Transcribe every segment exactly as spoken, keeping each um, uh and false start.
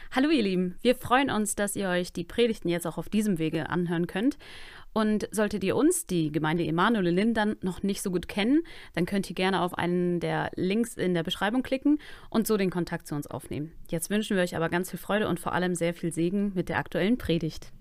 Hallo ihr Lieben, wir freuen uns, dass ihr euch die Predigten jetzt auch auf diesem Wege anhören könnt. Und solltet ihr uns, die Gemeinde Emanuel in Lindern, noch nicht so gut kennen, dann könnt ihr gerne auf einen der Links in der Beschreibung klicken und so den Kontakt zu uns aufnehmen. Jetzt wünschen wir euch aber ganz viel Freude und vor allem sehr viel Segen mit der aktuellen Predigt.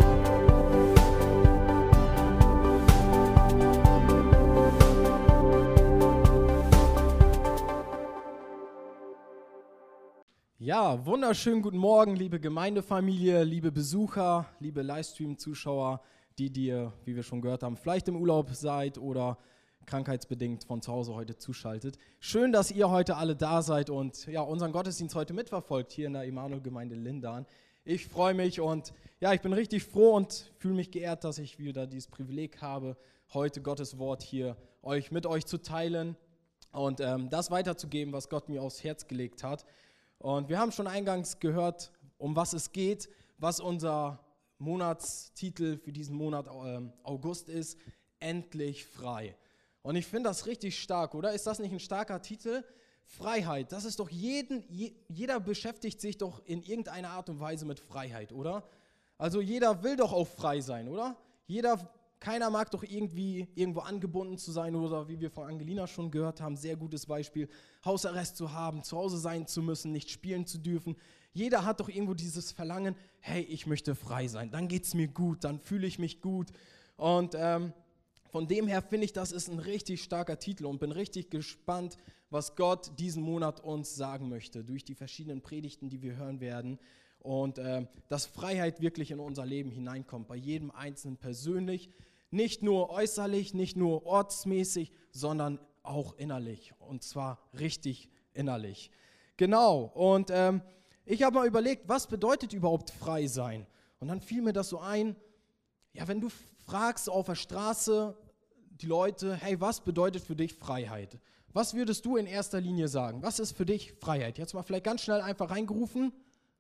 Ja, wunderschönen guten Morgen, liebe Gemeindefamilie, liebe Besucher, liebe Livestream-Zuschauer, die, die ihr, wie wir schon gehört haben, vielleicht im Urlaub seid oder krankheitsbedingt von zu Hause heute zuschaltet. Schön, dass ihr heute alle da seid und ja, unseren Gottesdienst heute mitverfolgt hier in der Emanuel-Gemeinde Lindern. Ich freue mich und ja, ich bin richtig froh und fühle mich geehrt, dass ich wieder dieses Privileg habe, heute Gottes Wort hier euch mit euch zu teilen und ähm, das weiterzugeben, was Gott mir aufs Herz gelegt hat. Und wir haben schon eingangs gehört, um was es geht, was unser Monatstitel für diesen Monat ähm, August ist, endlich frei. Und ich finde das richtig stark, oder? Ist das nicht ein starker Titel? Freiheit, das ist doch jeden, je, jeder beschäftigt sich doch in irgendeiner Art und Weise mit Freiheit, oder? Also jeder will doch auch frei sein, oder? Jeder, keiner mag doch irgendwie irgendwo angebunden zu sein oder wie wir von Angelina schon gehört haben, sehr gutes Beispiel, Hausarrest zu haben, zu Hause sein zu müssen, nicht spielen zu dürfen. Jeder hat doch irgendwo dieses Verlangen, hey, ich möchte frei sein, dann geht es mir gut, dann fühle ich mich gut. Und ähm, von dem her finde ich, das ist ein richtig starker Titel und bin richtig gespannt, was Gott diesen Monat uns sagen möchte, durch die verschiedenen Predigten, die wir hören werden. Und äh, dass Freiheit wirklich in unser Leben hineinkommt, bei jedem Einzelnen persönlich. Nicht nur äußerlich, nicht nur ortsmäßig, sondern auch innerlich. Und zwar richtig innerlich. Genau. Und ähm, ich habe mal überlegt, was bedeutet überhaupt frei sein? Und dann fiel mir das so ein, ja, wenn du fragst auf der Straße die Leute, hey, was bedeutet für dich Freiheit? Was würdest du in erster Linie sagen? Was ist für dich Freiheit? Jetzt mal vielleicht ganz schnell einfach reingerufen.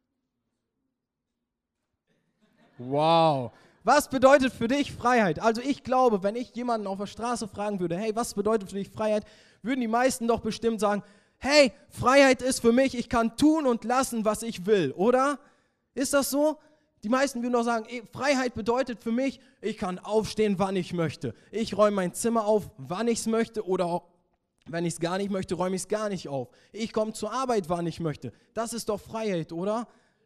Wow. Was bedeutet für dich Freiheit? Also ich glaube, wenn ich jemanden auf der Straße fragen würde, hey, was bedeutet für dich Freiheit, würden die meisten doch bestimmt sagen, hey, Freiheit ist für mich, ich kann tun und lassen, was ich will, oder? Ist das so? Die meisten würden doch sagen, ey, Freiheit bedeutet für mich, ich kann aufstehen, wann ich möchte. Ich räume mein Zimmer auf, wann ich es möchte, oder auch, wenn ich es gar nicht möchte, räume ich es gar nicht auf. Ich komme zur Arbeit, wann ich möchte. Das ist doch Freiheit, oder?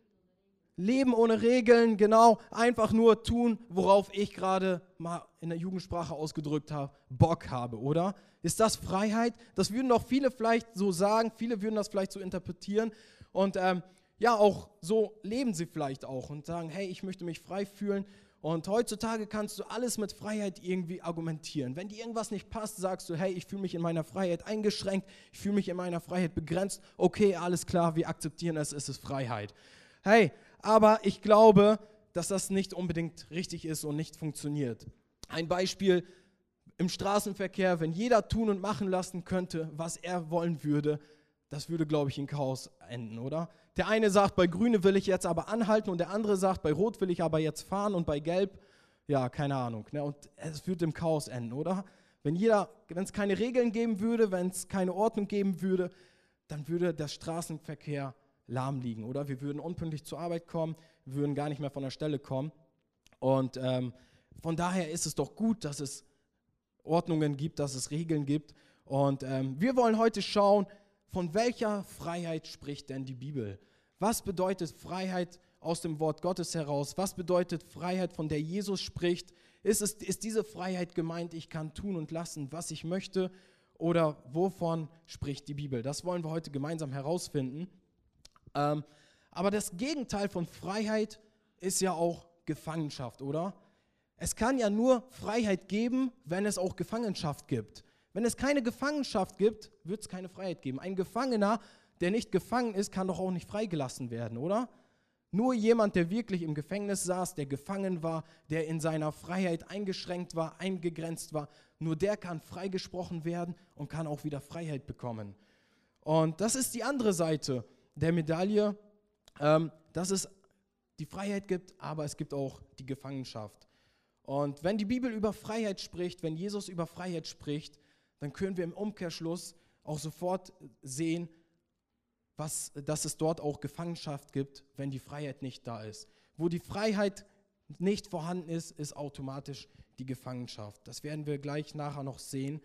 Leben ohne Regeln, genau, einfach nur tun, worauf ich gerade mal in der Jugendsprache ausgedrückt habe, Bock habe, oder? Ist das Freiheit? Das würden doch viele vielleicht so sagen, viele würden das vielleicht so interpretieren und ähm, ja, auch so leben sie vielleicht auch und sagen, hey, ich möchte mich frei fühlen und heutzutage kannst du alles mit Freiheit irgendwie argumentieren. Wenn dir irgendwas nicht passt, sagst du, hey, ich fühle mich in meiner Freiheit eingeschränkt, ich fühle mich in meiner Freiheit begrenzt, okay, alles klar, wir akzeptieren es, es ist Freiheit. Hey, aber ich glaube, dass das nicht unbedingt richtig ist und nicht funktioniert. Ein Beispiel im Straßenverkehr, wenn jeder tun und machen lassen könnte, was er wollen würde, das würde, glaube ich, in Chaos enden, oder? Der eine sagt, bei Grüne will ich jetzt aber anhalten und der andere sagt, bei Rot will ich aber jetzt fahren und bei Gelb, ja, keine Ahnung. Ne? Und es würde im Chaos enden, oder? Wenn jeder, wenn es keine Regeln geben würde, wenn es keine Ordnung geben würde, dann würde der Straßenverkehr lahm liegen, oder? Wir würden unpünktlich zur Arbeit kommen, wir würden gar nicht mehr von der Stelle kommen. Und ähm, von daher ist es doch gut, dass es Ordnungen gibt, dass es Regeln gibt. Und ähm, wir wollen heute schauen, von welcher Freiheit spricht denn die Bibel? Was bedeutet Freiheit aus dem Wort Gottes heraus? Was bedeutet Freiheit, von der Jesus spricht? Ist, es, ist diese Freiheit gemeint, ich kann tun und lassen, was ich möchte? Oder wovon spricht die Bibel? Das wollen wir heute gemeinsam herausfinden. Ähm, aber das Gegenteil von Freiheit ist ja auch Gefangenschaft, oder? Es kann ja nur Freiheit geben, wenn es auch Gefangenschaft gibt. Wenn es keine Gefangenschaft gibt, wird es keine Freiheit geben. Ein Gefangener, der nicht gefangen ist, kann doch auch nicht freigelassen werden, oder? Nur jemand, der wirklich im Gefängnis saß, der gefangen war, der in seiner Freiheit eingeschränkt war, eingegrenzt war, nur der kann freigesprochen werden und kann auch wieder Freiheit bekommen. Und das ist die andere Seite der Medaille, ähm, dass es die Freiheit gibt, aber es gibt auch die Gefangenschaft. Und wenn die Bibel über Freiheit spricht, wenn Jesus über Freiheit spricht, dann können wir im Umkehrschluss auch sofort sehen, was, dass es dort auch Gefangenschaft gibt, wenn die Freiheit nicht da ist. Wo die Freiheit nicht vorhanden ist, ist automatisch die Gefangenschaft. Das werden wir gleich nachher noch sehen.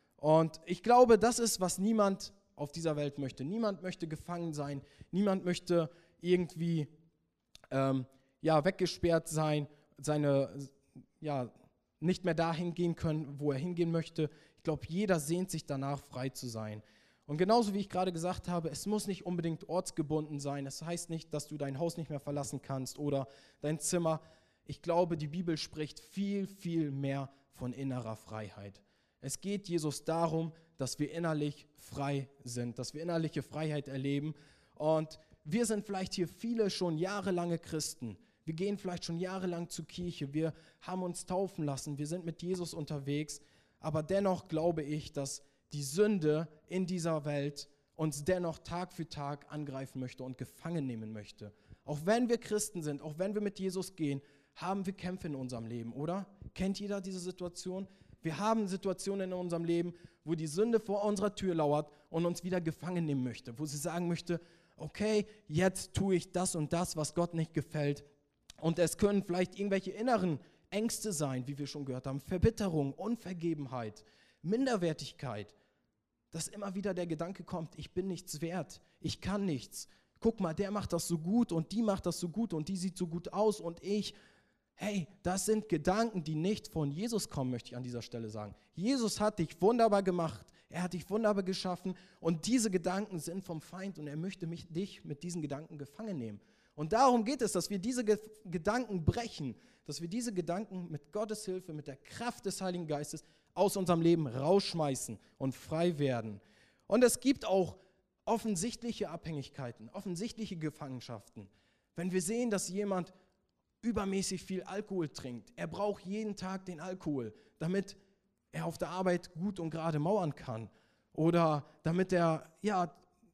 Und ich glaube, das ist, was niemand auf dieser Welt möchte. Niemand möchte gefangen sein. Niemand möchte irgendwie ähm, ja, weggesperrt sein, seine, ja, nicht mehr dahin gehen können, wo er hingehen möchte. Ich glaube, jeder sehnt sich danach, frei zu sein. Und genauso wie ich gerade gesagt habe, es muss nicht unbedingt ortsgebunden sein. Es heißt nicht, dass du dein Haus nicht mehr verlassen kannst oder dein Zimmer. Ich glaube, die Bibel spricht viel, viel mehr von innerer Freiheit. Es geht Jesus darum, dass wir innerlich frei sind, dass wir innerliche Freiheit erleben. Und wir sind vielleicht hier viele schon jahrelange Christen. Wir gehen vielleicht schon jahrelang zur Kirche. Wir haben uns taufen lassen. Wir sind mit Jesus unterwegs. Aber dennoch glaube ich, dass die Sünde in dieser Welt uns dennoch Tag für Tag angreifen möchte und gefangen nehmen möchte. Auch wenn wir Christen sind, auch wenn wir mit Jesus gehen, haben wir Kämpfe in unserem Leben, oder? Kennt jeder diese Situation? Wir haben Situationen in unserem Leben, wo die Sünde vor unserer Tür lauert und uns wieder gefangen nehmen möchte, wo sie sagen möchte, okay, jetzt tue ich das und das, was Gott nicht gefällt. Und es können vielleicht irgendwelche inneren Ängste sein, wie wir schon gehört haben, Verbitterung, Unvergebenheit, Minderwertigkeit, dass immer wieder der Gedanke kommt, ich bin nichts wert, ich kann nichts. Guck mal, der macht das so gut und die macht das so gut und die sieht so gut aus und ich. Hey, das sind Gedanken, die nicht von Jesus kommen, möchte ich an dieser Stelle sagen. Jesus hat dich wunderbar gemacht, er hat dich wunderbar geschaffen und diese Gedanken sind vom Feind und er möchte mich, dich mit diesen Gedanken gefangen nehmen. Und darum geht es, dass wir diese Ge- Gedanken brechen, dass wir diese Gedanken mit Gottes Hilfe, mit der Kraft des Heiligen Geistes aus unserem Leben rausschmeißen und frei werden. Und es gibt auch offensichtliche Abhängigkeiten, offensichtliche Gefangenschaften. Wenn wir sehen, dass jemand übermäßig viel Alkohol trinkt, er braucht jeden Tag den Alkohol, damit er auf der Arbeit gut und gerade mauern kann oder damit er ja,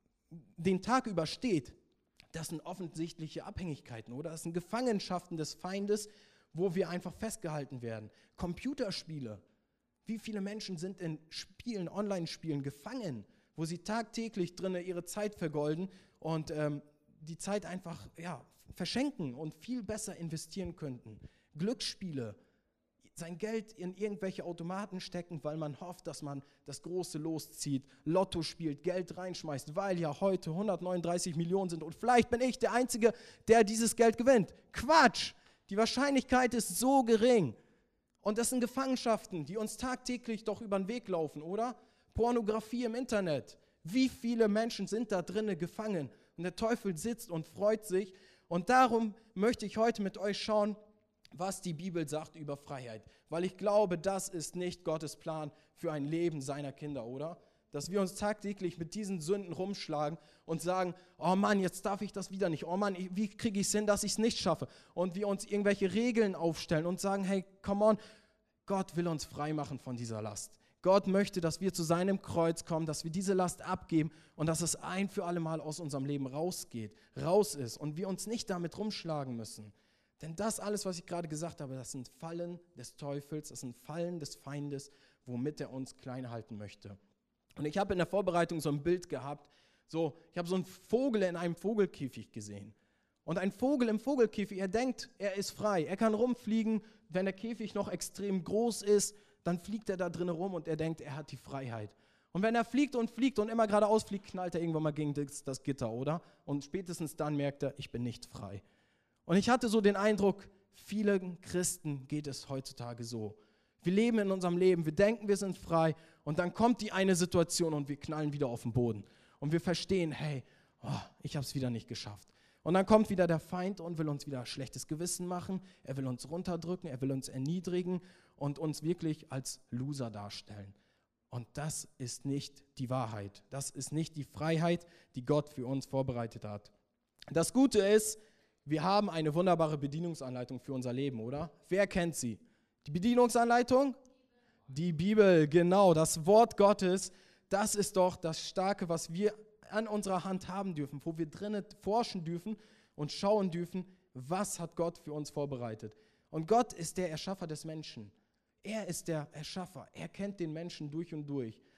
den Tag übersteht. Das sind offensichtliche Abhängigkeiten, oder? Das sind Gefangenschaften des Feindes, wo wir einfach festgehalten werden. Computerspiele. Wie viele Menschen sind in Spielen, Online-Spielen gefangen, wo sie tagtäglich drin ihre Zeit vergolden und ähm, die Zeit einfach ja, verschenken und viel besser investieren könnten. Glücksspiele, sein Geld in irgendwelche Automaten stecken, weil man hofft, dass man das große Los zieht, Lotto spielt, Geld reinschmeißt, weil ja heute hundertneununddreißig Millionen sind und vielleicht bin ich der Einzige, der dieses Geld gewinnt. Quatsch! Die Wahrscheinlichkeit ist so gering. Und das sind Gefangenschaften, die uns tagtäglich doch über den Weg laufen, oder? Pornografie im Internet. Wie viele Menschen sind da drinnen gefangen? Und der Teufel sitzt und freut sich. Und darum möchte ich heute mit euch schauen, was die Bibel sagt über Freiheit. Weil ich glaube, das ist nicht Gottes Plan für ein Leben seiner Kinder, oder? Dass wir uns tagtäglich mit diesen Sünden rumschlagen und sagen, oh Mann, jetzt darf ich das wieder nicht. Oh Mann, wie kriege ich es hin, dass ich es nicht schaffe? Und wir uns irgendwelche Regeln aufstellen und sagen, hey, come on, Gott will uns frei machen von dieser Last. Gott möchte, dass wir zu seinem Kreuz kommen, dass wir diese Last abgeben und dass es ein für alle Mal aus unserem Leben rausgeht, raus ist und wir uns nicht damit rumschlagen müssen. Denn das alles, was ich gerade gesagt habe, das sind Fallen des Teufels, das sind Fallen des Feindes, womit er uns klein halten möchte. Und ich habe in der Vorbereitung so ein Bild gehabt, so, ich habe so einen Vogel in einem Vogelkäfig gesehen. Und ein Vogel im Vogelkäfig, er denkt, er ist frei. Er kann rumfliegen, wenn der Käfig noch extrem groß ist, dann fliegt er da drinnen rum und er denkt, er hat die Freiheit. Und wenn er fliegt und fliegt und immer geradeaus fliegt, knallt er irgendwann mal gegen das, das Gitter, oder? Und spätestens dann merkt er, ich bin nicht frei. Und ich hatte so den Eindruck, vielen Christen geht es heutzutage so. Wir leben in unserem Leben, wir denken, wir sind frei und dann kommt die eine Situation und wir knallen wieder auf den Boden. Und wir verstehen, hey, oh, ich habe es wieder nicht geschafft. Und dann kommt wieder der Feind und will uns wieder schlechtes Gewissen machen, er will uns runterdrücken, er will uns erniedrigen und uns wirklich als Loser darstellen. Und das ist nicht die Wahrheit, das ist nicht die Freiheit, die Gott für uns vorbereitet hat. Das Gute ist, wir haben eine wunderbare Bedienungsanleitung für unser Leben, oder? Wer kennt sie? Die Bedienungsanleitung? Die Bibel, genau, das Wort Gottes, das ist doch das Starke, was wir an unserer Hand haben dürfen, wo wir drinnen forschen dürfen und schauen dürfen, was hat Gott für uns vorbereitet. Und Gott ist der Erschaffer des Menschen. Er ist der Erschaffer, er kennt den Menschen durch und durch.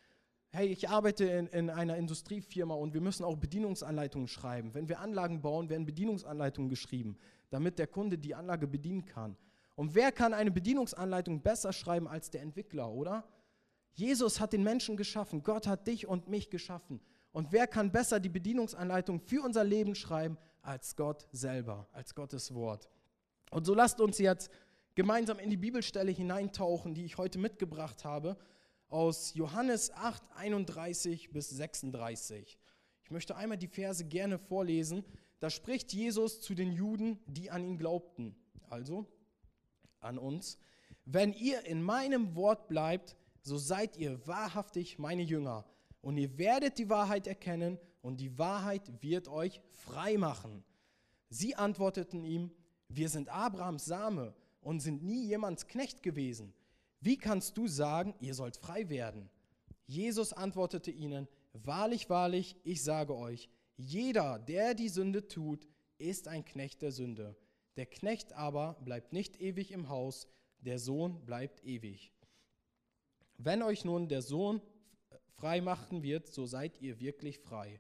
Hey, ich arbeite in, in einer Industriefirma und wir müssen auch Bedienungsanleitungen schreiben. Wenn wir Anlagen bauen, werden Bedienungsanleitungen geschrieben, damit der Kunde die Anlage bedienen kann. Und wer kann eine Bedienungsanleitung besser schreiben als der Entwickler, oder? Jesus hat den Menschen geschaffen, Gott hat dich und mich geschaffen. Und wer kann besser die Bedienungsanleitung für unser Leben schreiben als Gott selber, als Gottes Wort? Und so lasst uns jetzt gemeinsam in die Bibelstelle hineintauchen, die ich heute mitgebracht habe, aus Johannes acht, einunddreißig bis sechsunddreißig. Ich möchte einmal die Verse gerne vorlesen. Da spricht Jesus zu den Juden, die an ihn glaubten, also an uns. Wenn ihr in meinem Wort bleibt, so seid ihr wahrhaftig meine Jünger. Und ihr werdet die Wahrheit erkennen und die Wahrheit wird euch frei machen. Sie antworteten ihm, wir sind Abrahams Same und sind nie jemands Knecht gewesen. Wie kannst du sagen, ihr sollt frei werden? Jesus antwortete ihnen, wahrlich, wahrlich, ich sage euch, jeder, der die Sünde tut, ist ein Knecht der Sünde. Der Knecht aber bleibt nicht ewig im Haus, der Sohn bleibt ewig. Wenn euch nun der Sohn frei machen wird, so seid ihr wirklich frei.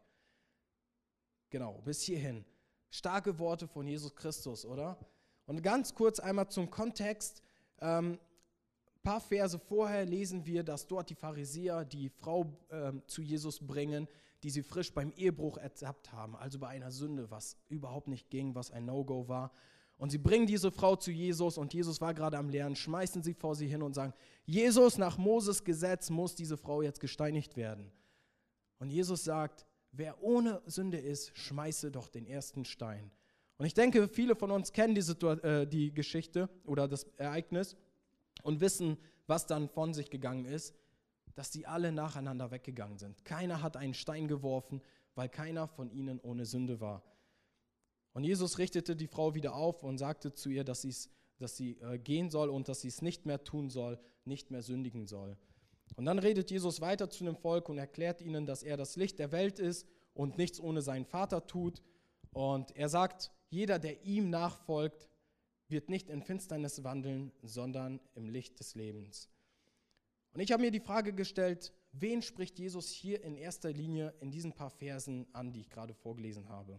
Genau, bis hierhin. Starke Worte von Jesus Christus, oder? Und ganz kurz einmal zum Kontext. Ähm, Ein paar Verse vorher lesen wir, dass dort die Pharisäer die Frau äh, zu Jesus bringen, die sie frisch beim Ehebruch ertappt haben, also bei einer Sünde, was überhaupt nicht ging, was ein No-Go war. Und sie bringen diese Frau zu Jesus und Jesus war gerade am Lehren, schmeißen sie vor sie hin und sagen, Jesus, nach Moses Gesetz muss diese Frau jetzt gesteinigt werden. Und Jesus sagt, wer ohne Sünde ist, schmeiße doch den ersten Stein. Und ich denke, viele von uns kennen die, Situ- äh, die Geschichte oder das Ereignis und wissen, was dann von sich gegangen ist, dass sie alle nacheinander weggegangen sind. Keiner hat einen Stein geworfen, weil keiner von ihnen ohne Sünde war. Und Jesus richtete die Frau wieder auf und sagte zu ihr, dass, dass sie äh, gehen soll und dass sie es nicht mehr tun soll, nicht mehr sündigen soll. Und dann redet Jesus weiter zu dem Volk und erklärt ihnen, dass er das Licht der Welt ist und nichts ohne seinen Vater tut. Und er sagt, jeder, der ihm nachfolgt, wird nicht in Finsternis wandeln, sondern im Licht des Lebens. Und ich habe mir die Frage gestellt, wen spricht Jesus hier in erster Linie in diesen paar Versen an, die ich gerade vorgelesen habe?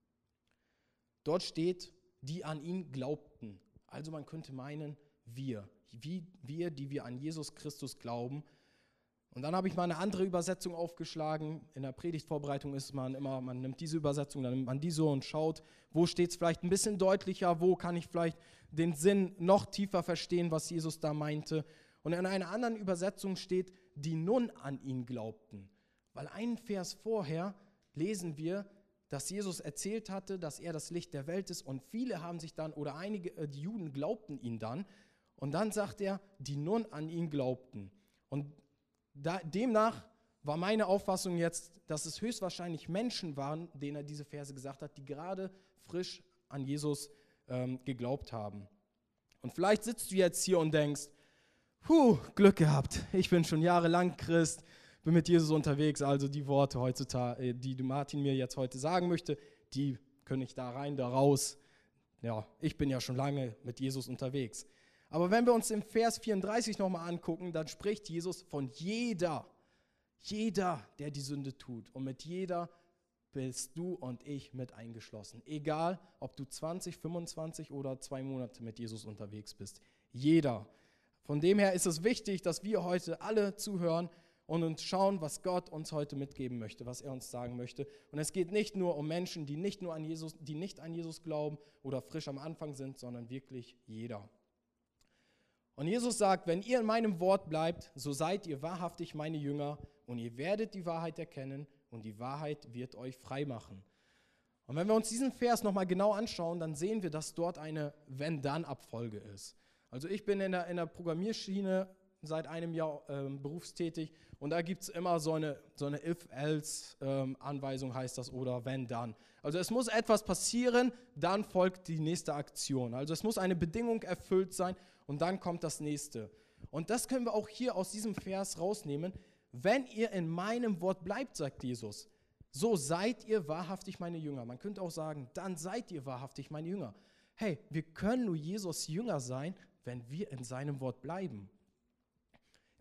Dort steht, die an ihn glaubten. Also man könnte meinen, wir, wie wir, die wir an Jesus Christus glauben. Und dann habe ich mal eine andere Übersetzung aufgeschlagen. In der Predigtvorbereitung ist man immer, man nimmt diese Übersetzung, dann nimmt man diese und schaut, wo steht es vielleicht ein bisschen deutlicher, wo kann ich vielleicht den Sinn noch tiefer verstehen, was Jesus da meinte. Und in einer anderen Übersetzung steht, die nun an ihn glaubten. Weil einen Vers vorher lesen wir, dass Jesus erzählt hatte, dass er das Licht der Welt ist und viele haben sich dann, oder einige, die Juden glaubten ihn dann. Und dann sagt er, die nun an ihn glaubten. Und Da, demnach war meine Auffassung jetzt, dass es höchstwahrscheinlich Menschen waren, denen er diese Verse gesagt hat, die gerade frisch an Jesus ähm, geglaubt haben. Und vielleicht sitzt du jetzt hier und denkst, puh, Glück gehabt, ich bin schon jahrelang Christ, bin mit Jesus unterwegs, also die Worte heutzutage, die Martin mir jetzt heute sagen möchte, die können ich da rein, da raus. Ja, ich bin ja schon lange mit Jesus unterwegs. Aber wenn wir uns im Vers vierunddreißig nochmal angucken, dann spricht Jesus von jeder, jeder, der die Sünde tut. Und mit jeder bist du und ich mit eingeschlossen. Egal, ob du zwanzig, fünfundzwanzig oder zwei Monate mit Jesus unterwegs bist. Jeder. Von dem her ist es wichtig, dass wir heute alle zuhören und uns schauen, was Gott uns heute mitgeben möchte, was er uns sagen möchte. Und es geht nicht nur um Menschen, die nicht nur an Jesus, die nicht an Jesus glauben oder frisch am Anfang sind, sondern wirklich jeder. Und Jesus sagt, wenn ihr in meinem Wort bleibt, so seid ihr wahrhaftig meine Jünger und ihr werdet die Wahrheit erkennen und die Wahrheit wird euch frei machen. Und wenn wir uns diesen Vers nochmal genau anschauen, dann sehen wir, dass dort eine Wenn-Dann-Abfolge ist. Also ich bin in der, in der Programmierschiene seit einem Jahr äh, berufstätig und da gibt es immer so eine, so eine If-Else-Anweisung, ähm, heißt das, oder Wenn-Dann. Also es muss etwas passieren, dann folgt die nächste Aktion. Also es muss eine Bedingung erfüllt sein und dann kommt das nächste. Und das können wir auch hier aus diesem Vers rausnehmen. Wenn ihr in meinem Wort bleibt, sagt Jesus, so seid ihr wahrhaftig meine Jünger. Man könnte auch sagen, dann seid ihr wahrhaftig meine Jünger. Hey, wir können nur Jesus Jünger sein, wenn wir in seinem Wort bleiben.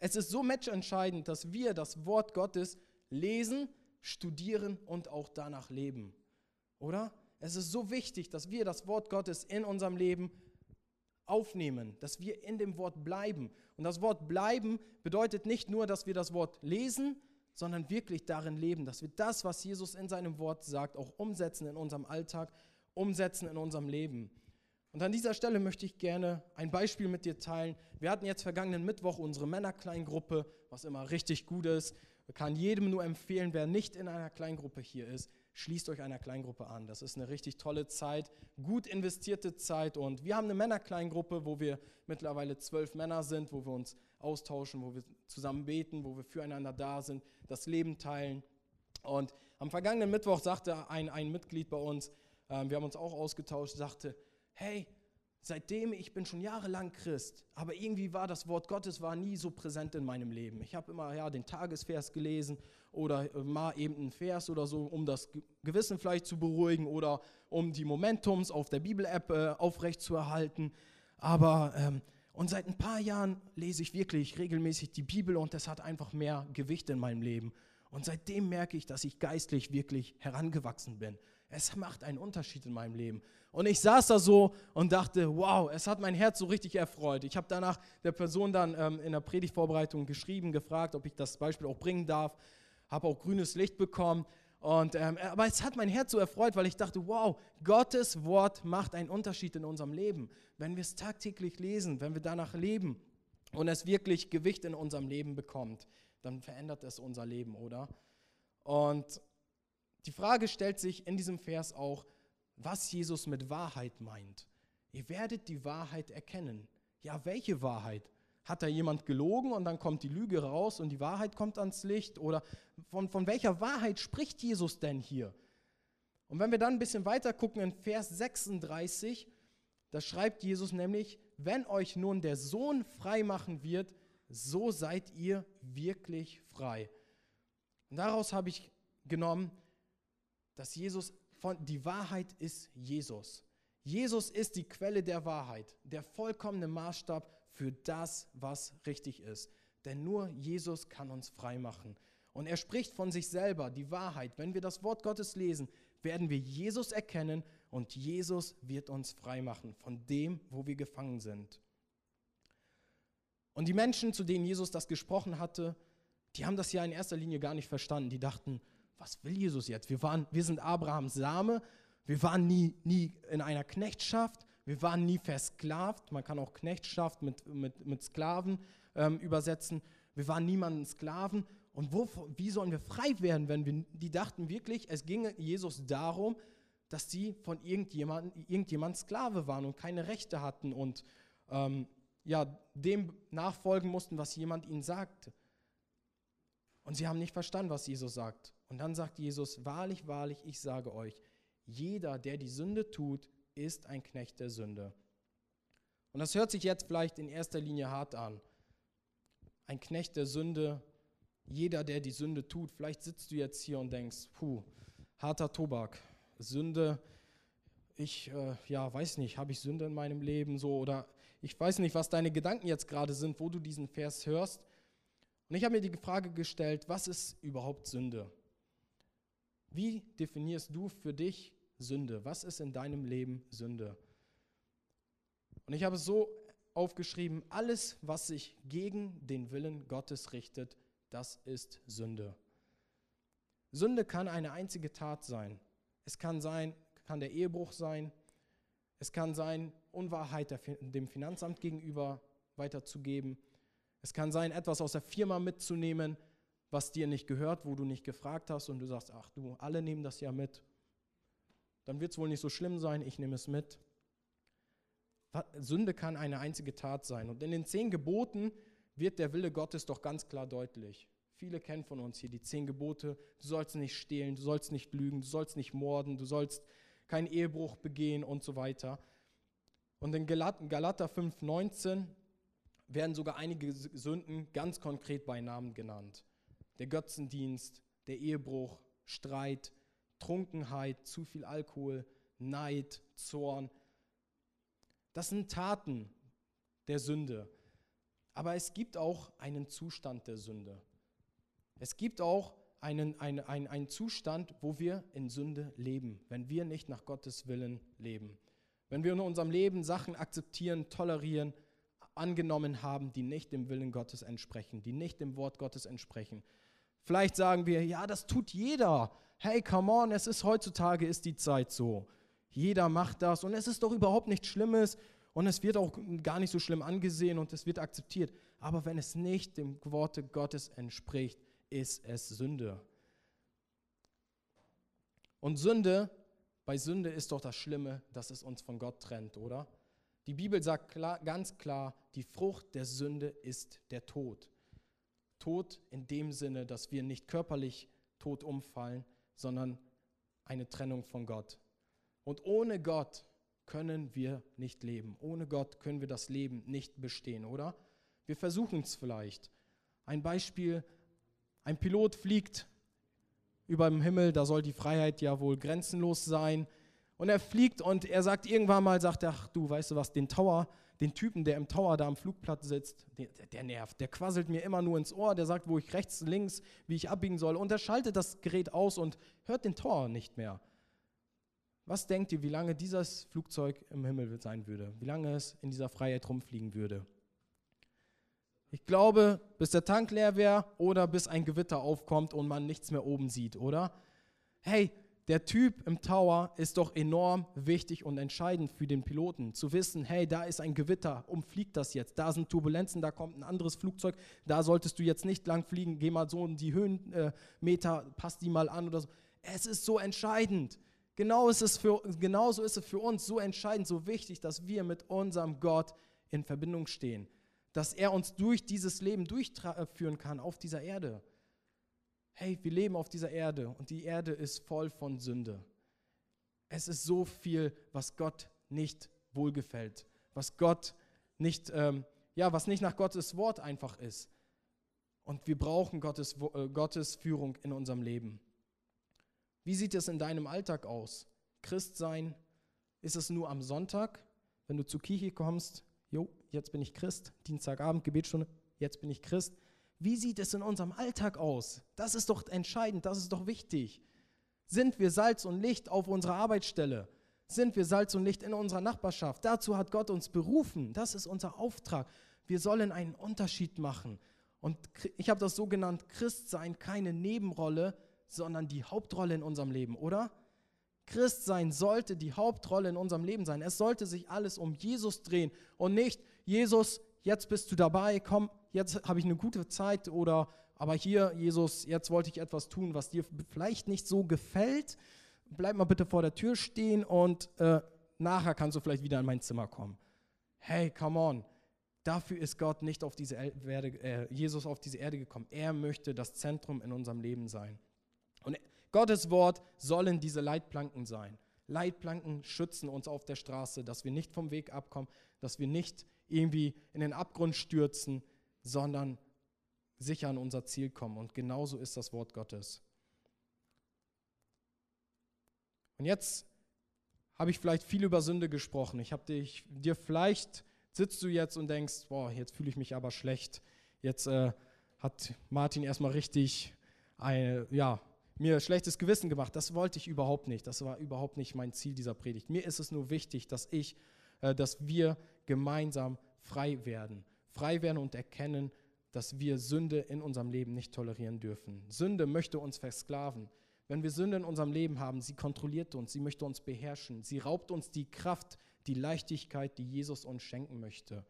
Es ist so matchentscheidend, dass wir das Wort Gottes lesen, studieren und auch danach leben. Oder? Es ist so wichtig, dass wir das Wort Gottes in unserem Leben aufnehmen, dass wir in dem Wort bleiben. Und das Wort bleiben bedeutet nicht nur, dass wir das Wort lesen, sondern wirklich darin leben, dass wir das, was Jesus in seinem Wort sagt, auch umsetzen in unserem Alltag, umsetzen in unserem Leben. Und an dieser Stelle möchte ich gerne ein Beispiel mit dir teilen. Wir hatten jetzt vergangenen Mittwoch unsere Männerkleingruppe, was immer richtig gut ist. Ich kann jedem nur empfehlen, wer nicht in einer Kleingruppe hier ist, schließt euch einer Kleingruppe an. Das ist eine richtig tolle Zeit, gut investierte Zeit. Und wir haben eine Männerkleingruppe, wo wir mittlerweile zwölf Männer sind, wo wir uns austauschen, wo wir zusammen beten, wo wir füreinander da sind, das Leben teilen. Und am vergangenen Mittwoch sagte ein, ein Mitglied bei uns, äh, wir haben uns auch ausgetauscht, sagte, hey, seitdem, ich bin schon jahrelang Christ, aber irgendwie war das Wort Gottes war nie so präsent in meinem Leben. Ich habe immer ja, den Tagesvers gelesen oder mal eben einen Vers oder so, um das Gewissen vielleicht zu beruhigen oder um die Momentums auf der Bibel-App äh, aufrechtzuerhalten. Aber ähm, und seit ein paar Jahren lese ich wirklich regelmäßig die Bibel und das hat einfach mehr Gewicht in meinem Leben. Und seitdem merke ich, dass ich geistlich wirklich herangewachsen bin. Es macht einen Unterschied in meinem Leben. Und ich saß da so und dachte, wow, es hat mein Herz so richtig erfreut. Ich habe danach der Person dann ähm, in der Predigtvorbereitung geschrieben, gefragt, ob ich das Beispiel auch bringen darf. Habe auch grünes Licht bekommen. Und, ähm, aber es hat mein Herz so erfreut, weil ich dachte, wow, Gottes Wort macht einen Unterschied in unserem Leben. Wenn wir es tagtäglich lesen, wenn wir danach leben und es wirklich Gewicht in unserem Leben bekommt, dann verändert es unser Leben, oder? Und die Frage stellt sich in diesem Vers auch, was Jesus mit Wahrheit meint. Ihr werdet die Wahrheit erkennen. Ja, welche Wahrheit? Hat da jemand gelogen und dann kommt die Lüge raus und die Wahrheit kommt ans Licht? Oder von, von welcher Wahrheit spricht Jesus denn hier? Und wenn wir dann ein bisschen weiter gucken in Vers sechsunddreißig, da schreibt Jesus nämlich, wenn euch nun der Sohn frei machen wird, so seid ihr wirklich frei. Und daraus habe ich genommen, dass Jesus, von, die Wahrheit ist Jesus. Jesus ist die Quelle der Wahrheit, der vollkommene Maßstab für das, was richtig ist. Denn nur Jesus kann uns frei machen. Und er spricht von sich selber, die Wahrheit. Wenn wir das Wort Gottes lesen, werden wir Jesus erkennen und Jesus wird uns frei machen von dem, wo wir gefangen sind. Und die Menschen, zu denen Jesus das gesprochen hatte, die haben das ja in erster Linie gar nicht verstanden. Die dachten, was will Jesus jetzt? Wir, waren, wir sind Abrahams Same, wir waren nie, nie in einer Knechtschaft, wir waren nie versklavt. Man kann auch Knechtschaft mit, mit, mit Sklaven ähm, übersetzen. Wir waren niemanden Sklaven. Und wo, wie sollen wir frei werden, wenn wir, die dachten wirklich, es ginge Jesus darum, dass sie von irgendjemand, irgendjemand Sklave waren und keine Rechte hatten und ähm, ja, dem nachfolgen mussten, was jemand ihnen sagte. Und sie haben nicht verstanden, was Jesus sagt. Und dann sagt Jesus, wahrlich, wahrlich, ich sage euch, jeder, der die Sünde tut, ist ein Knecht der Sünde. Und das hört sich jetzt vielleicht in erster Linie hart an. Ein Knecht der Sünde, jeder, der die Sünde tut. Vielleicht sitzt du jetzt hier und denkst, puh, harter Tobak, Sünde, ich äh, ja, weiß nicht, habe ich Sünde in meinem Leben so oder ich weiß nicht, was deine Gedanken jetzt gerade sind, wo du diesen Vers hörst. Und ich habe mir die Frage gestellt, was ist überhaupt Sünde? Wie definierst du für dich Sünde? Was ist in deinem Leben Sünde? Und ich habe es so aufgeschrieben, alles, was sich gegen den Willen Gottes richtet, das ist Sünde. Sünde kann eine einzige Tat sein. Es kann sein, kann der Ehebruch sein, es kann sein, Unwahrheit dem Finanzamt gegenüber weiterzugeben. Es kann sein, etwas aus der Firma mitzunehmen, was dir nicht gehört, wo du nicht gefragt hast und du sagst, ach du, alle nehmen das ja mit. Dann wird es wohl nicht so schlimm sein, ich nehme es mit. Sünde kann eine einzige Tat sein. Und in den zehn Geboten wird der Wille Gottes doch ganz klar deutlich. Viele kennen von uns hier die zehn Gebote. Du sollst nicht stehlen, du sollst nicht lügen, du sollst nicht morden, du sollst keinen Ehebruch begehen und so weiter. Und in Galater fünf neunzehn werden sogar einige Sünden ganz konkret bei Namen genannt. Der Götzendienst, der Ehebruch, Streit, Trunkenheit, zu viel Alkohol, Neid, Zorn. Das sind Taten der Sünde. Aber es gibt auch einen Zustand der Sünde. Es gibt auch einen, einen, einen, einen Zustand, wo wir in Sünde leben, wenn wir nicht nach Gottes Willen leben. Wenn wir in unserem Leben Sachen akzeptieren, tolerieren, angenommen haben, die nicht dem Willen Gottes entsprechen, die nicht dem Wort Gottes entsprechen. Vielleicht sagen wir, ja, das tut jeder. Hey, come on, es ist heutzutage, ist die Zeit so. Jeder macht das und es ist doch überhaupt nichts Schlimmes und es wird auch gar nicht so schlimm angesehen und es wird akzeptiert. Aber wenn es nicht dem Worte Gottes entspricht, ist es Sünde. Und Sünde, bei Sünde ist doch das Schlimme, dass es uns von Gott trennt, oder? Die Bibel sagt klar, ganz klar, die Frucht der Sünde ist der Tod. Tod in dem Sinne, dass wir nicht körperlich tot umfallen, sondern eine Trennung von Gott. Und ohne Gott können wir nicht leben. Ohne Gott können wir das Leben nicht bestehen, oder? Wir versuchen es vielleicht. Ein Beispiel, ein Pilot fliegt über dem Himmel, da soll die Freiheit ja wohl grenzenlos sein. Und er fliegt und er sagt irgendwann mal, sagt er, ach du, weißt du was, den Tower, den Typen, der im Tower da am Flugplatz sitzt, der, der nervt, der quasselt mir immer nur ins Ohr, der sagt, wo ich rechts, links, wie ich abbiegen soll. Und er schaltet das Gerät aus und hört den Tower nicht mehr. Was denkt ihr, wie lange dieses Flugzeug im Himmel sein würde? Wie lange es in dieser Freiheit rumfliegen würde? Ich glaube, bis der Tank leer wäre oder bis ein Gewitter aufkommt und man nichts mehr oben sieht, oder? Hey, der Typ im Tower ist doch enorm wichtig und entscheidend für den Piloten, zu wissen, hey, da ist ein Gewitter, umfliegt das jetzt, da sind Turbulenzen, da kommt ein anderes Flugzeug, da solltest du jetzt nicht lang fliegen, geh mal so in die Höhenmeter, pass die mal an oder so. Es ist so entscheidend. Genau ist es für, genauso ist es für uns so entscheidend, so wichtig, dass wir mit unserem Gott in Verbindung stehen, dass er uns durch dieses Leben durchführen kann auf dieser Erde. Hey, wir leben auf dieser Erde und die Erde ist voll von Sünde. Es ist so viel, was Gott nicht wohlgefällt, was Gott nicht, ähm, ja, was nicht nach Gottes Wort einfach ist. Und wir brauchen Gottes, äh, Gottes Führung in unserem Leben. Wie sieht es in deinem Alltag aus? Christ sein, ist es nur am Sonntag, wenn du zur Kirche kommst? Jo, jetzt bin ich Christ. Dienstagabend, Gebetsstunde, jetzt bin ich Christ. Wie sieht es in unserem Alltag aus? Das ist doch entscheidend, das ist doch wichtig. Sind wir Salz und Licht auf unserer Arbeitsstelle? Sind wir Salz und Licht in unserer Nachbarschaft? Dazu hat Gott uns berufen. Das ist unser Auftrag. Wir sollen einen Unterschied machen. Und ich habe das so genannt, Christsein keine Nebenrolle, sondern die Hauptrolle in unserem Leben, oder? Christsein sollte die Hauptrolle in unserem Leben sein. Es sollte sich alles um Jesus drehen und nicht, Jesus, jetzt bist du dabei, komm, jetzt habe ich eine gute Zeit oder, aber hier, Jesus, jetzt wollte ich etwas tun, was dir vielleicht nicht so gefällt. Bleib mal bitte vor der Tür stehen und äh, nachher kannst du vielleicht wieder in mein Zimmer kommen. Hey, come on. Dafür ist Gott nicht auf diese Erde, äh, Jesus auf diese Erde gekommen. Er möchte das Zentrum in unserem Leben sein. Und Gottes Wort sollen diese Leitplanken sein. Leitplanken schützen uns auf der Straße, dass wir nicht vom Weg abkommen, dass wir nicht irgendwie in den Abgrund stürzen, sondern sicher an unser Ziel kommen. Und genauso ist das Wort Gottes. Und jetzt habe ich vielleicht viel über Sünde gesprochen. Ich habe dich, dir vielleicht sitzt du jetzt und denkst, boah, jetzt fühle ich mich aber schlecht. Jetzt äh, hat Martin erstmal richtig eine, ja, mir schlechtes Gewissen gemacht. Das wollte ich überhaupt nicht. Das war überhaupt nicht mein Ziel dieser Predigt. Mir ist es nur wichtig, dass ich, äh, dass wir gemeinsam frei werden. Frei werden und erkennen, dass wir Sünde in unserem Leben nicht tolerieren dürfen. Sünde möchte uns versklaven. Wenn wir Sünde in unserem Leben haben, sie kontrolliert uns, sie möchte uns beherrschen. Sie raubt uns die Kraft, die Leichtigkeit, die Jesus uns schenken möchte.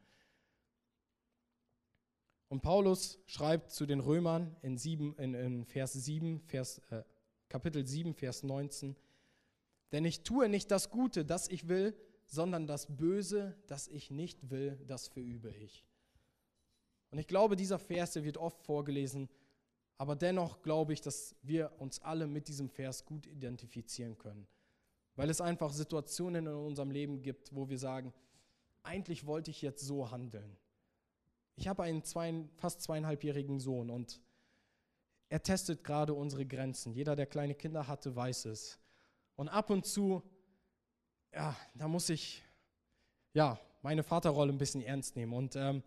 Und Paulus schreibt zu den Römern in, sieben, in, in Vers sieben, Vers, äh, Kapitel sieben, Vers neunzehn, denn ich tue nicht das Gute, das ich will, sondern das Böse, das ich nicht will, das verübe ich. Und ich glaube, dieser Vers, der wird oft vorgelesen, aber dennoch glaube ich, dass wir uns alle mit diesem Vers gut identifizieren können. Weil es einfach Situationen in unserem Leben gibt, wo wir sagen, eigentlich wollte ich jetzt so handeln. Ich habe einen zwei, fast zweieinhalbjährigen Sohn und er testet gerade unsere Grenzen. Jeder, der kleine Kinder hatte, weiß es. Und ab und zu, ja, da muss ich ja, meine Vaterrolle ein bisschen ernst nehmen. Und ähm,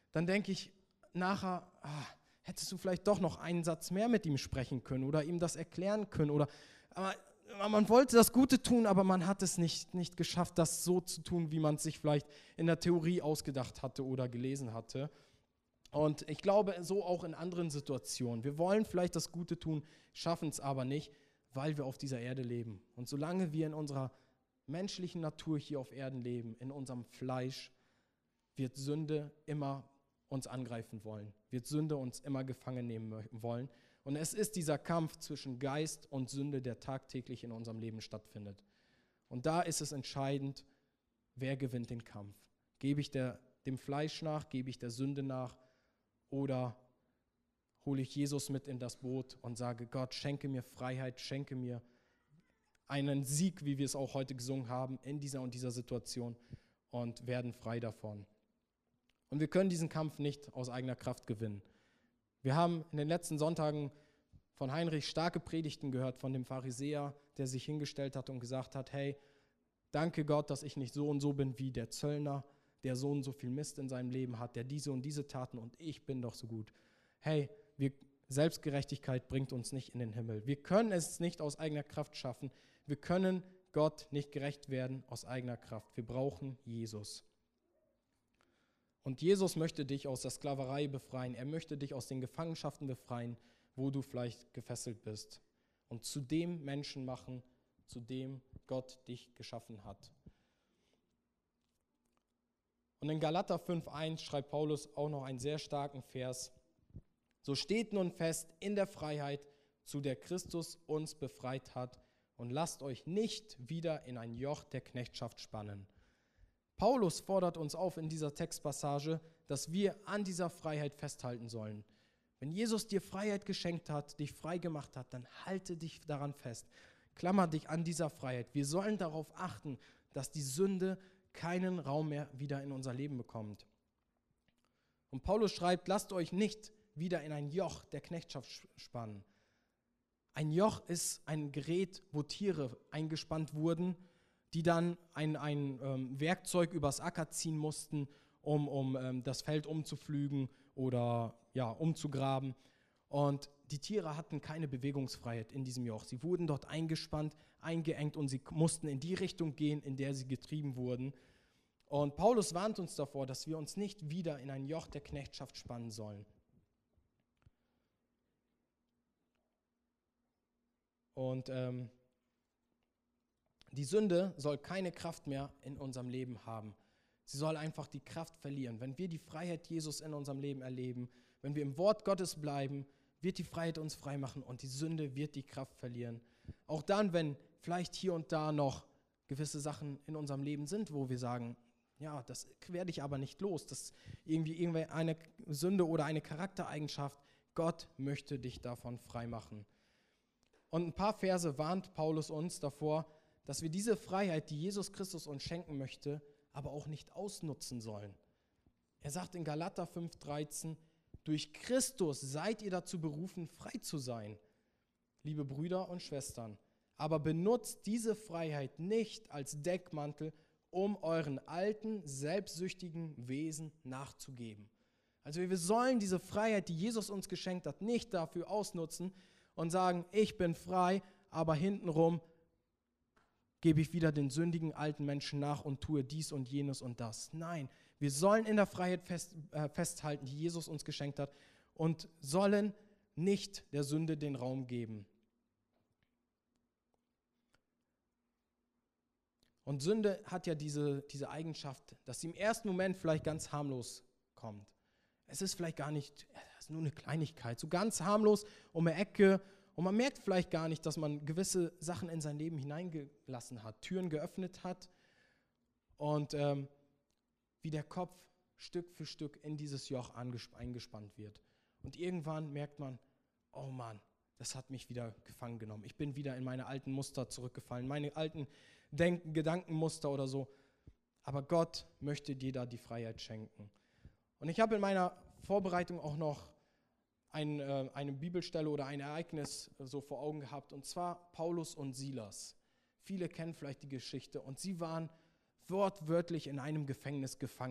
dann denke ich nachher, ah, hättest du vielleicht doch noch einen Satz mehr mit ihm sprechen können oder ihm das erklären können. Oder, aber man wollte das Gute tun, aber man hat es nicht, nicht geschafft, das so zu tun, wie man es sich vielleicht in der Theorie ausgedacht hatte oder gelesen hatte. Und ich glaube, so auch in anderen Situationen. Wir wollen vielleicht das Gute tun, schaffen es aber nicht, weil wir auf dieser Erde leben. Und solange wir in unserer menschlichen Natur hier auf Erden leben, in unserem Fleisch, wird Sünde immer uns angreifen wollen, wird Sünde uns immer gefangen nehmen wollen. Und es ist dieser Kampf zwischen Geist und Sünde, der tagtäglich in unserem Leben stattfindet. Und da ist es entscheidend, wer gewinnt den Kampf. Gebe ich der, dem Fleisch nach, gebe ich der Sünde nach oder hole ich Jesus mit in das Boot und sage, Gott, schenke mir Freiheit, schenke mir einen Sieg, wie wir es auch heute gesungen haben, in dieser und dieser Situation und werden frei davon. Und wir können diesen Kampf nicht aus eigener Kraft gewinnen. Wir haben in den letzten Sonntagen von Heinrich starke Predigten gehört von dem Pharisäer, der sich hingestellt hat und gesagt hat, hey, danke Gott, dass ich nicht so und so bin wie der Zöllner, der so und so viel Mist in seinem Leben hat, der diese und diese Taten und ich bin doch so gut. Hey, wir, Selbstgerechtigkeit bringt uns nicht in den Himmel. Wir können es nicht aus eigener Kraft schaffen. Wir können Gott nicht gerecht werden aus eigener Kraft. Wir brauchen Jesus. Und Jesus möchte dich aus der Sklaverei befreien. Er möchte dich aus den Gefangenschaften befreien, wo du vielleicht gefesselt bist. Und zu dem Menschen machen, zu dem Gott dich geschaffen hat. Und in Galater fünf eins schreibt Paulus auch noch einen sehr starken Vers. So steht nun fest in der Freiheit, zu der Christus uns befreit hat, und lasst euch nicht wieder in ein Joch der Knechtschaft spannen. Paulus fordert uns auf in dieser Textpassage, dass wir an dieser Freiheit festhalten sollen. Wenn Jesus dir Freiheit geschenkt hat, dich frei gemacht hat, dann halte dich daran fest. Klammer dich an dieser Freiheit. Wir sollen darauf achten, dass die Sünde keinen Raum mehr wieder in unser Leben bekommt. Und Paulus schreibt, lasst euch nicht wieder in ein Joch der Knechtschaft spannen. Ein Joch ist ein Gerät, wo Tiere eingespannt wurden, die dann ein, ein ähm, Werkzeug übers Acker ziehen mussten, um, um ähm, das Feld umzupflügen oder ja, umzugraben. Und die Tiere hatten keine Bewegungsfreiheit in diesem Joch. Sie wurden dort eingespannt, eingeengt und sie mussten in die Richtung gehen, in der sie getrieben wurden. Und Paulus warnt uns davor, dass wir uns nicht wieder in ein Joch der Knechtschaft spannen sollen. Und ähm, die Sünde soll keine Kraft mehr in unserem Leben haben. Sie soll einfach die Kraft verlieren. Wenn wir die Freiheit Jesus in unserem Leben erleben, wenn wir im Wort Gottes bleiben, wird die Freiheit uns frei machen und die Sünde wird die Kraft verlieren. Auch dann, wenn vielleicht hier und da noch gewisse Sachen in unserem Leben sind, wo wir sagen, ja, das werde ich aber nicht los, das ist irgendwie, irgendwie eine Sünde oder eine Charaktereigenschaft. Gott möchte dich davon frei machen. Und ein paar Verse warnt Paulus uns davor, dass wir diese Freiheit, die Jesus Christus uns schenken möchte, aber auch nicht ausnutzen sollen. Er sagt in Galater fünf dreizehn, durch Christus seid ihr dazu berufen, frei zu sein, liebe Brüder und Schwestern. Aber benutzt diese Freiheit nicht als Deckmantel, um euren alten, selbstsüchtigen Wesen nachzugeben. Also wir sollen diese Freiheit, die Jesus uns geschenkt hat, nicht dafür ausnutzen und sagen, ich bin frei, aber hintenrum gebe ich wieder den sündigen alten Menschen nach und tue dies und jenes und das. Nein, wir sollen in der Freiheit fest, äh, festhalten, die Jesus uns geschenkt hat und sollen nicht der Sünde den Raum geben. Und Sünde hat ja diese, diese Eigenschaft, dass sie im ersten Moment vielleicht ganz harmlos kommt. Es ist vielleicht gar nicht, es ist nur eine Kleinigkeit, so ganz harmlos um eine Ecke. Und man merkt vielleicht gar nicht, dass man gewisse Sachen in sein Leben hineingelassen hat, Türen geöffnet hat und ähm, wie der Kopf Stück für Stück in dieses Joch eingespannt wird. Und irgendwann merkt man, oh Mann, das hat mich wieder gefangen genommen. Ich bin wieder in meine alten Muster zurückgefallen, meine alten Denk- Gedankenmuster oder so. Aber Gott möchte dir da die Freiheit schenken. Und ich habe in meiner Vorbereitung auch noch ein, äh, eine Bibelstelle oder ein Ereignis äh, so vor Augen gehabt, und zwar Paulus und Silas. Viele kennen vielleicht die Geschichte und sie waren wortwörtlich in einem Gefängnis gefangen.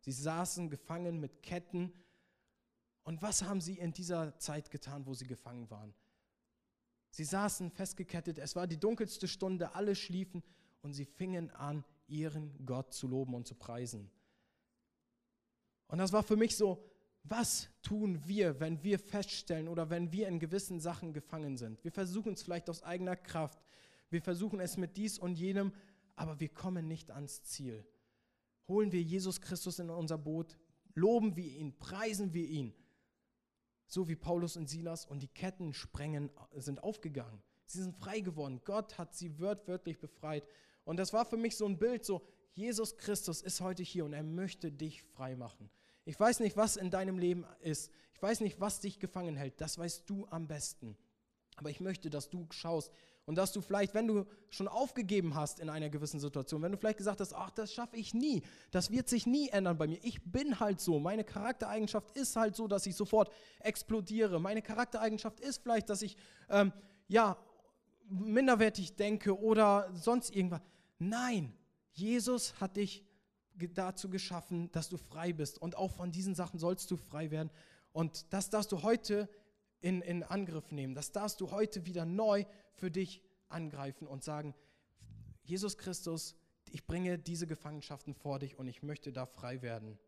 Sie saßen gefangen mit Ketten. Und was haben sie in dieser Zeit getan, wo sie gefangen waren? Sie saßen festgekettet, es war die dunkelste Stunde, alle schliefen und sie fingen an, ihren Gott zu loben und zu preisen. Und das war für mich so, was tun wir, wenn wir feststellen oder wenn wir in gewissen Sachen gefangen sind? Wir versuchen es vielleicht aus eigener Kraft, wir versuchen es mit dies und jenem, aber wir kommen nicht ans Ziel. Holen wir Jesus Christus in unser Boot, loben wir ihn, preisen wir ihn, so wie Paulus und Silas, und die Ketten sprengen, sind aufgegangen. Sie sind frei geworden. Gott hat sie wörtlich befreit. Und das war für mich so ein Bild, so Jesus Christus ist heute hier und er möchte dich frei machen. Ich weiß nicht, was in deinem Leben ist. Ich weiß nicht, was dich gefangen hält. Das weißt du am besten. Aber ich möchte, dass du schaust und dass du vielleicht, wenn du schon aufgegeben hast in einer gewissen Situation, wenn du vielleicht gesagt hast, ach, das schaffe ich nie, das wird sich nie ändern bei mir. Ich bin halt so. Meine Charaktereigenschaft ist halt so, dass ich sofort explodiere. Meine Charaktereigenschaft ist vielleicht, dass ich ähm, ja minderwertig denke oder sonst irgendwas. Nein, Jesus hat dich dazu geschaffen, dass du frei bist. Und auch von diesen Sachen sollst du frei werden. Und das darfst du heute in, in Angriff nehmen. Das darfst du heute wieder neu für dich angreifen und sagen, Jesus Christus, ich bringe diese Gefangenschaften vor dich und ich möchte da frei werden.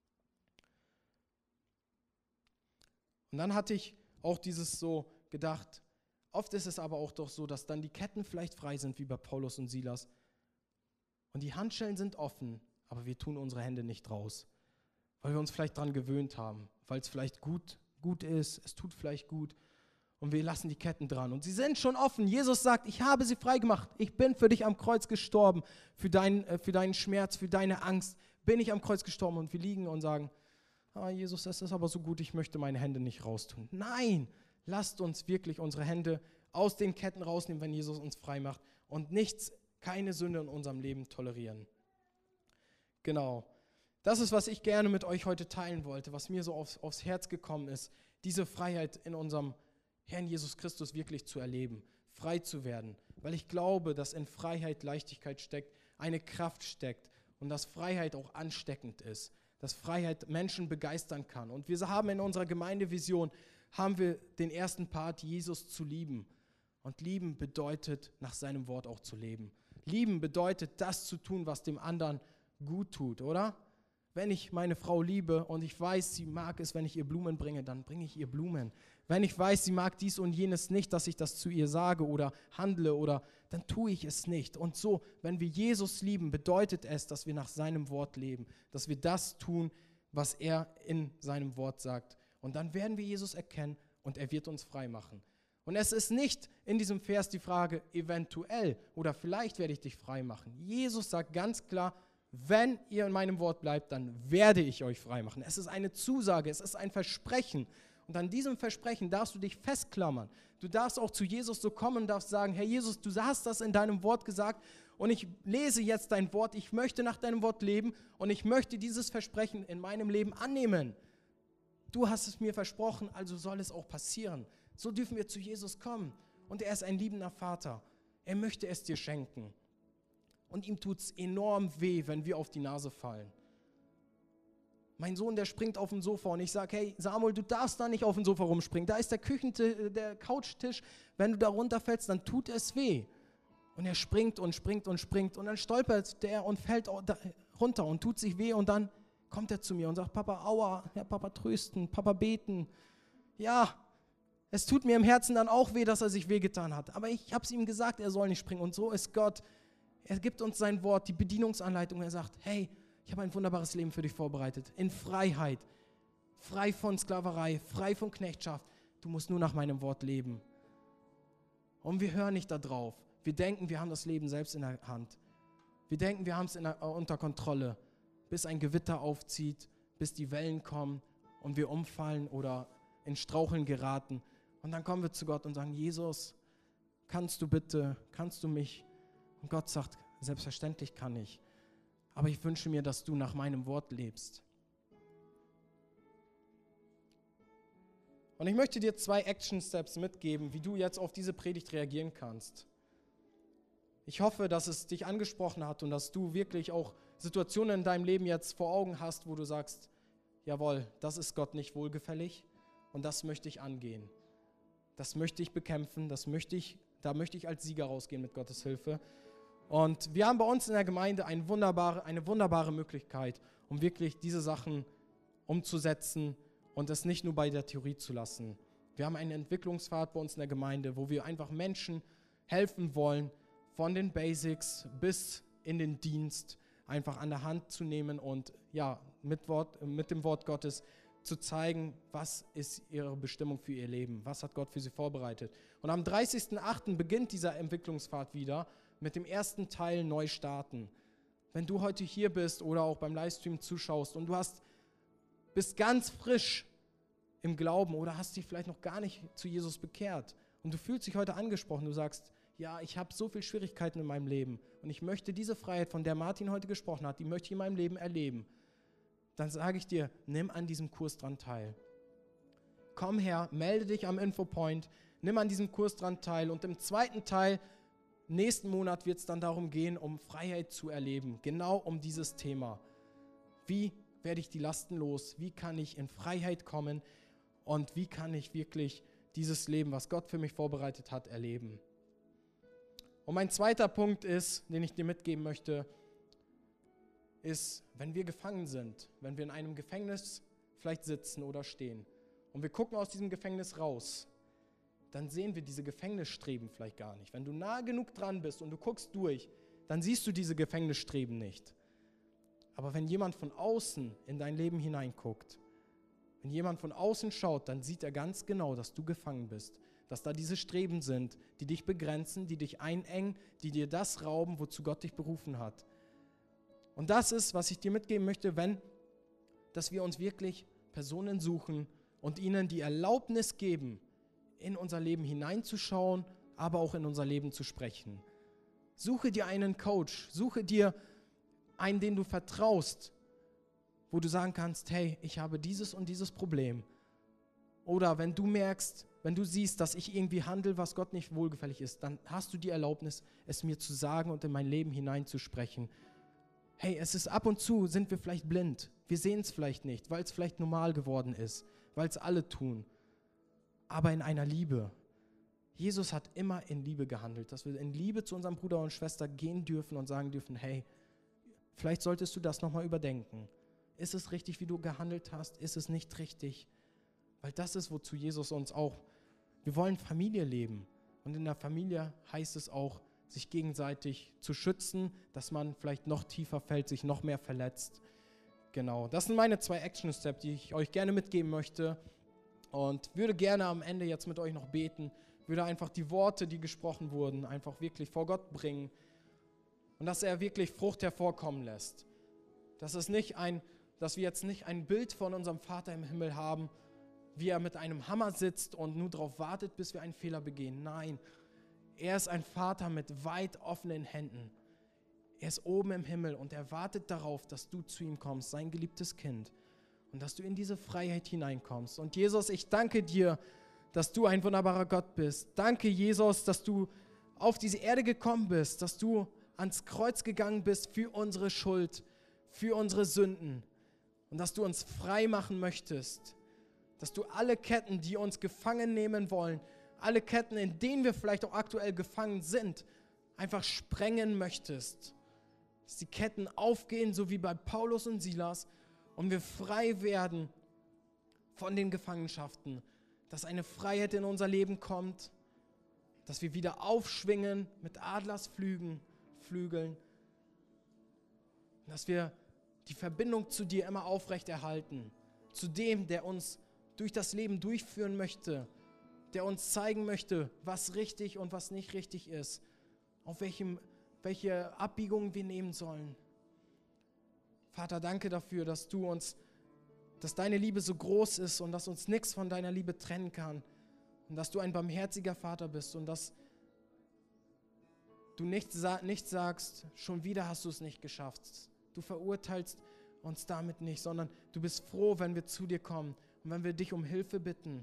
Und dann hatte ich auch dieses so gedacht, oft ist es aber auch doch so, dass dann die Ketten vielleicht frei sind, wie bei Paulus und Silas. Und die Handschellen sind offen, aber wir tun unsere Hände nicht raus, weil wir uns vielleicht daran gewöhnt haben, weil es vielleicht gut, gut ist, es tut vielleicht gut und wir lassen die Ketten dran. Und sie sind schon offen. Jesus sagt, ich habe sie frei gemacht. Ich bin für dich am Kreuz gestorben, für, dein, für deinen Schmerz, für deine Angst bin ich am Kreuz gestorben. Und wir liegen und sagen, ah, Jesus, das ist aber so gut, ich möchte meine Hände nicht raustun. Nein, lasst uns wirklich unsere Hände aus den Ketten rausnehmen, wenn Jesus uns frei macht und nichts, keine Sünde in unserem Leben tolerieren. Genau. Das ist, was ich gerne mit euch heute teilen wollte, was mir so aufs, aufs Herz gekommen ist, diese Freiheit in unserem Herrn Jesus Christus wirklich zu erleben, frei zu werden, weil ich glaube, dass in Freiheit Leichtigkeit steckt, eine Kraft steckt und dass Freiheit auch ansteckend ist, dass Freiheit Menschen begeistern kann. Und wir haben in unserer Gemeindevision, haben wir den ersten Part, Jesus zu lieben. Und lieben bedeutet, nach seinem Wort auch zu leben. Lieben bedeutet, das zu tun, was dem anderen gut tut, oder? Wenn ich meine Frau liebe und ich weiß, sie mag es, wenn ich ihr Blumen bringe, dann bringe ich ihr Blumen. Wenn ich weiß, sie mag dies und jenes nicht, dass ich das zu ihr sage oder handle, oder dann tue ich es nicht. Und so, wenn wir Jesus lieben, bedeutet es, dass wir nach seinem Wort leben, dass wir das tun, was er in seinem Wort sagt. Und dann werden wir Jesus erkennen und er wird uns frei machen. Und es ist nicht in diesem Vers die Frage, eventuell oder vielleicht werde ich dich frei machen. Jesus sagt ganz klar, wenn ihr in meinem Wort bleibt, dann werde ich euch frei machen. Es ist eine Zusage, es ist ein Versprechen. Und an diesem Versprechen darfst du dich festklammern. Du darfst auch zu Jesus so kommen und darfst sagen, Herr Jesus, du hast das in deinem Wort gesagt und ich lese jetzt dein Wort, ich möchte nach deinem Wort leben und ich möchte dieses Versprechen in meinem Leben annehmen. Du hast es mir versprochen, also soll es auch passieren. So dürfen wir zu Jesus kommen. Und er ist ein liebender Vater. Er möchte es dir schenken. Und ihm tut es enorm weh, wenn wir auf die Nase fallen. Mein Sohn, der springt auf dem Sofa und ich sage, hey Samuel, du darfst da nicht auf dem Sofa rumspringen. Da ist der Küchentisch, der Couchtisch. Wenn du da runterfällst, dann tut es weh. Und er springt und springt und springt und dann stolpert der und fällt runter und tut sich weh und dann kommt er zu mir und sagt, Papa, aua, ja, Papa trösten, Papa beten. Ja, es tut mir im Herzen dann auch weh, dass er sich wehgetan hat. Aber ich habe es ihm gesagt, er soll nicht springen. Und so ist Gott. Er gibt uns sein Wort, die Bedienungsanleitung. Er sagt, hey, ich habe ein wunderbares Leben für dich vorbereitet. In Freiheit. Frei von Sklaverei, frei von Knechtschaft. Du musst nur nach meinem Wort leben. Und wir hören nicht da drauf. Wir denken, wir haben das Leben selbst in der Hand. Wir denken, wir haben es in der, unter Kontrolle. Bis ein Gewitter aufzieht, bis die Wellen kommen und wir umfallen oder in Straucheln geraten. Und dann kommen wir zu Gott und sagen, Jesus, kannst du bitte, kannst du mich? Und Gott sagt, selbstverständlich kann ich. Aber ich wünsche mir, dass du nach meinem Wort lebst. Und ich möchte dir zwei Action Steps mitgeben, wie du jetzt auf diese Predigt reagieren kannst. Ich hoffe, dass es dich angesprochen hat und dass du wirklich auch Situationen in deinem Leben jetzt vor Augen hast, wo du sagst, jawohl, das ist Gott nicht wohlgefällig und das möchte ich angehen. Das möchte ich bekämpfen, das möchte ich, da möchte ich als Sieger rausgehen mit Gottes Hilfe. Und wir haben bei uns in der Gemeinde eine wunderbare, eine wunderbare Möglichkeit, um wirklich diese Sachen umzusetzen und es nicht nur bei der Theorie zu lassen. Wir haben einen Entwicklungspfad bei uns in der Gemeinde, wo wir einfach Menschen helfen wollen, von den Basics bis in den Dienst einfach an der Hand zu nehmen und ja, mit, Wort, mit dem Wort Gottes zu zeigen, was ist ihre Bestimmung für ihr Leben, was hat Gott für sie vorbereitet. Und am dreißigsten achten beginnt dieser Entwicklungspfad wieder mit dem ersten Teil neu starten. Wenn du heute hier bist oder auch beim Livestream zuschaust und du hast, bist ganz frisch im Glauben oder hast dich vielleicht noch gar nicht zu Jesus bekehrt und du fühlst dich heute angesprochen, du sagst, ja, ich habe so viele Schwierigkeiten in meinem Leben und ich möchte diese Freiheit, von der Martin heute gesprochen hat, die möchte ich in meinem Leben erleben. Dann sage ich dir, nimm an diesem Kurs dran teil. Komm her, melde dich am Infopoint, nimm an diesem Kurs dran teil und im zweiten Teil, nächsten Monat wird es dann darum gehen, um Freiheit zu erleben, genau um dieses Thema. Wie werde ich die Lasten los? Wie kann ich in Freiheit kommen? Und wie kann ich wirklich dieses Leben, was Gott für mich vorbereitet hat, erleben? Und mein zweiter Punkt ist, den ich dir mitgeben möchte, ist, wenn wir gefangen sind, wenn wir in einem Gefängnis vielleicht sitzen oder stehen und wir gucken aus diesem Gefängnis raus, dann sehen wir diese Gefängnisstreben vielleicht gar nicht. Wenn du nah genug dran bist und du guckst durch, dann siehst du diese Gefängnisstreben nicht. Aber wenn jemand von außen in dein Leben hineinguckt, wenn jemand von außen schaut, dann sieht er ganz genau, dass du gefangen bist, dass da diese Streben sind, die dich begrenzen, die dich einengen, die dir das rauben, wozu Gott dich berufen hat. Und das ist, was ich dir mitgeben möchte, wenn, dass wir uns wirklich Personen suchen und ihnen die Erlaubnis geben, in unser Leben hineinzuschauen, aber auch in unser Leben zu sprechen. Suche dir einen Coach, suche dir einen, den du vertraust, wo du sagen kannst, hey, ich habe dieses und dieses Problem. Oder wenn du merkst, wenn du siehst, dass ich irgendwie handle, was Gott nicht wohlgefällig ist, dann hast du die Erlaubnis, es mir zu sagen und in mein Leben hineinzusprechen. Hey, es ist ab und zu, sind wir vielleicht blind. Wir sehen es vielleicht nicht, weil es vielleicht normal geworden ist, weil es alle tun. Aber in einer Liebe. Jesus hat immer in Liebe gehandelt, dass wir in Liebe zu unserem Bruder und Schwester gehen dürfen und sagen dürfen, hey, vielleicht solltest du das nochmal überdenken. Ist es richtig, wie du gehandelt hast? Ist es nicht richtig? Weil das ist, wozu Jesus uns auch, wir wollen Familie leben. Und in der Familie heißt es auch, sich gegenseitig zu schützen, dass man vielleicht noch tiefer fällt, sich noch mehr verletzt. Genau, das sind meine zwei Action-Steps, die ich euch gerne mitgeben möchte. Und würde gerne am Ende jetzt mit euch noch beten, würde einfach die Worte, die gesprochen wurden, einfach wirklich vor Gott bringen. Und dass er wirklich Frucht hervorkommen lässt. Dass es nicht ein, dass wir jetzt nicht ein Bild von unserem Vater im Himmel haben, wie er mit einem Hammer sitzt und nur darauf wartet, bis wir einen Fehler begehen. Nein, er ist ein Vater mit weit offenen Händen. Er ist oben im Himmel und er wartet darauf, dass du zu ihm kommst, sein geliebtes Kind. Und dass du in diese Freiheit hineinkommst. Und Jesus, ich danke dir, dass du ein wunderbarer Gott bist. Danke, Jesus, dass du auf diese Erde gekommen bist, dass du ans Kreuz gegangen bist für unsere Schuld, für unsere Sünden. Und dass du uns frei machen möchtest. Dass du alle Ketten, die uns gefangen nehmen wollen, alle Ketten, in denen wir vielleicht auch aktuell gefangen sind, einfach sprengen möchtest. Dass die Ketten aufgehen, so wie bei Paulus und Silas, und wir frei werden von den Gefangenschaften. Dass eine Freiheit in unser Leben kommt, dass wir wieder aufschwingen mit Adlersflügeln, Flügeln, dass wir die Verbindung zu dir immer aufrechterhalten, zu dem, der uns durch das Leben durchführen möchte, der uns zeigen möchte, was richtig und was nicht richtig ist, auf welchem, welche Abbiegungen wir nehmen sollen. Vater, danke dafür, dass du uns, dass deine Liebe so groß ist und dass uns nichts von deiner Liebe trennen kann und dass du ein barmherziger Vater bist und dass du nicht, nicht sagst, schon wieder hast du es nicht geschafft. Du verurteilst uns damit nicht, sondern du bist froh, wenn wir zu dir kommen und wenn wir dich um Hilfe bitten.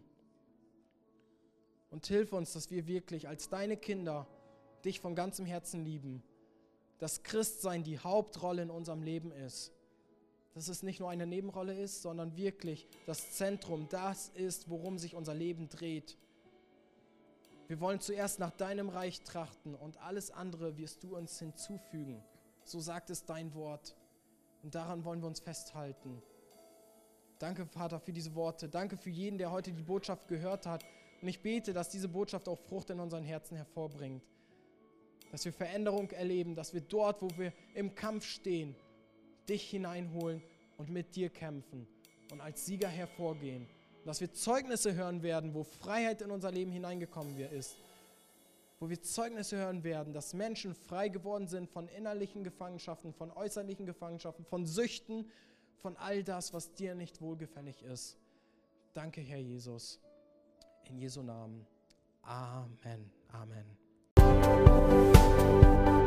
Und hilf uns, dass wir wirklich als deine Kinder dich von ganzem Herzen lieben, dass Christsein die Hauptrolle in unserem Leben ist. Dass es nicht nur eine Nebenrolle ist, sondern wirklich das Zentrum, das ist, worum sich unser Leben dreht. Wir wollen zuerst nach deinem Reich trachten und alles andere wirst du uns hinzufügen. So sagt es dein Wort. Und daran wollen wir uns festhalten. Danke, Vater, für diese Worte. Danke für jeden, der heute die Botschaft gehört hat. Und ich bete, dass diese Botschaft auch Frucht in unseren Herzen hervorbringt. Dass wir Veränderung erleben, dass wir dort, wo wir im Kampf stehen, dich hineinholen und mit dir kämpfen und als Sieger hervorgehen. Und dass wir Zeugnisse hören werden, wo Freiheit in unser Leben hineingekommen ist. Wo wir Zeugnisse hören werden, dass Menschen frei geworden sind von innerlichen Gefangenschaften, von äußerlichen Gefangenschaften, von Süchten, von all das, was dir nicht wohlgefällig ist. Danke, Herr Jesus. In Jesu Namen. Amen. Amen.